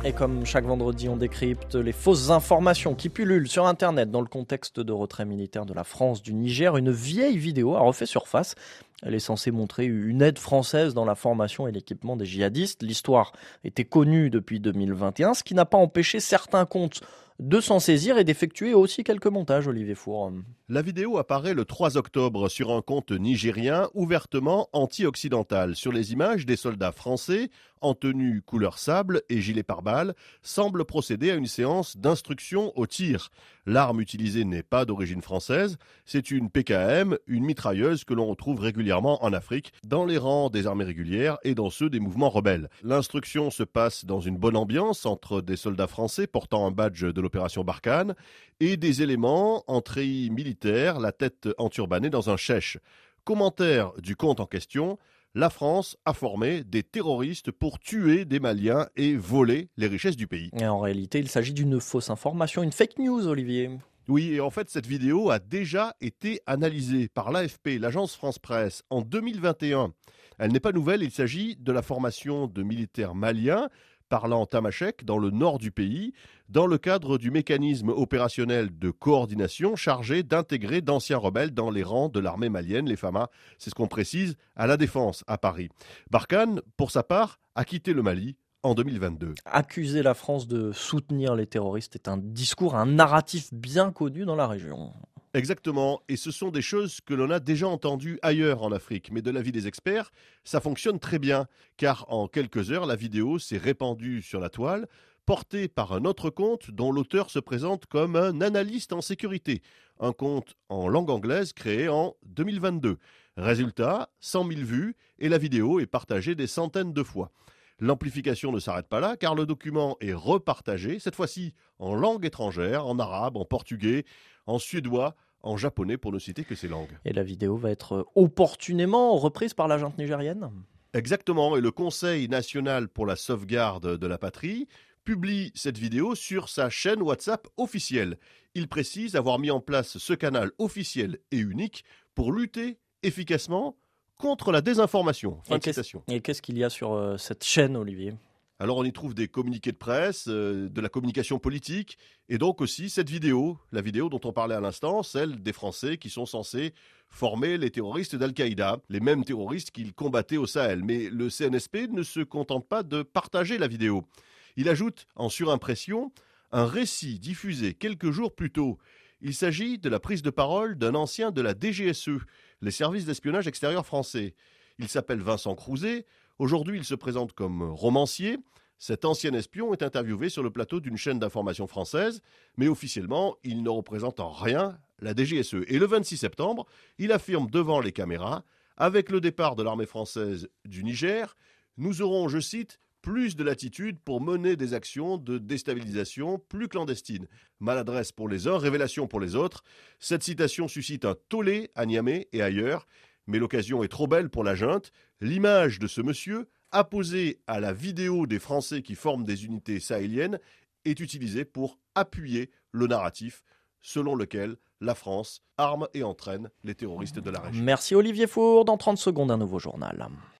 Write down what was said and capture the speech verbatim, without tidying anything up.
Et comme chaque vendredi, on décrypte les fausses informations qui pullulent sur Internet dans le contexte de retrait militaire de la France du Niger. Une vieille vidéo a refait surface. Elle est censée montrer une aide française dans la formation et l'équipement des djihadistes. L'histoire était connue depuis deux mille vingt et un, ce qui n'a pas empêché certains comptes de s'en saisir et d'effectuer aussi quelques montages, Olivier Four. La vidéo apparaît le trois octobre sur un compte nigérien ouvertement anti-occidental. Sur les images, des soldats français, en tenue couleur sable et gilet pare-balles, semblent procéder à une séance d'instruction au tir. L'arme utilisée n'est pas d'origine française, c'est une P K M, une mitrailleuse que l'on retrouve régulièrement en Afrique, dans les rangs des armées régulières et dans ceux des mouvements rebelles. L'instruction se passe dans une bonne ambiance entre des soldats français portant un badge de l'opération Barkhane et des éléments en treillis militaire, la tête enturbanée dans un chèche. Commentaire du compte en question: la France a formé des terroristes pour tuer des Maliens et voler les richesses du pays. Et en réalité, il s'agit d'une fausse information, une fake news, Olivier. Oui, et en fait, cette vidéo a déjà été analysée par l'A F P, l'agence France-Presse, en deux mille vingt et un. Elle n'est pas nouvelle, il s'agit de la formation de militaires maliens parlant tamashek dans le nord du pays, dans le cadre du mécanisme opérationnel de coordination chargé d'intégrer d'anciens rebelles dans les rangs de l'armée malienne, les F A M A. C'est ce qu'on précise à la Défense, à Paris. Barkhane, pour sa part, a quitté le Mali en deux mille vingt-deux. Accuser la France de soutenir les terroristes est un discours, un narratif bien connu dans la région. Exactement, et ce sont des choses que l'on a déjà entendues ailleurs en Afrique. Mais de l'avis des experts, ça fonctionne très bien, car en quelques heures, la vidéo s'est répandue sur la toile, portée par un autre compte dont l'auteur se présente comme un analyste en sécurité. Un compte en langue anglaise créé en deux mille vingt-deux. Résultat, cent mille vues, et la vidéo est partagée des centaines de fois. L'amplification ne s'arrête pas là, car le document est repartagé, cette fois-ci en langue étrangère, en arabe, en portugais, en suédois, en japonais, pour ne citer que ces langues. Et la vidéo va être opportunément reprise par la junte nigérienne ? Exactement, et le Conseil national pour la sauvegarde de la patrie publie cette vidéo sur sa chaîne WhatsApp officielle. Il précise avoir mis en place ce canal officiel et unique pour lutter efficacement contre la désinformation. Fin et, de qu'est-ce, citation. et qu'est-ce qu'il y a sur euh, cette chaîne, Olivier ? Alors on y trouve des communiqués de presse, euh, de la communication politique, et donc aussi cette vidéo, la vidéo dont on parlait à l'instant, celle des Français qui sont censés former les terroristes d'Al-Qaïda, les mêmes terroristes qu'ils combattaient au Sahel. Mais le C N S P ne se contente pas de partager la vidéo. Il ajoute, en surimpression, un récit diffusé quelques jours plus tôt. Il s'agit de la prise de parole d'un ancien de la D G S E, les services d'espionnage extérieur français. Il s'appelle Vincent Crouzet. Aujourd'hui, il se présente comme romancier. Cet ancien espion est interviewé sur le plateau d'une chaîne d'information française, mais officiellement, il ne représente en rien la D G S E. Et le vingt-six septembre, il affirme devant les caméras: avec le départ de l'armée française du Niger, nous aurons, je cite, plus de latitude pour mener des actions de déstabilisation plus clandestines. Maladresse pour les uns, révélation pour les autres. Cette citation suscite un tollé à Niamey et ailleurs, mais l'occasion est trop belle pour la junte. L'image de ce monsieur, apposée à la vidéo des Français qui forment des unités sahéliennes, est utilisée pour appuyer le narratif selon lequel la France arme et entraîne les terroristes de la région. Merci Olivier Four. Dans trente secondes, un nouveau journal.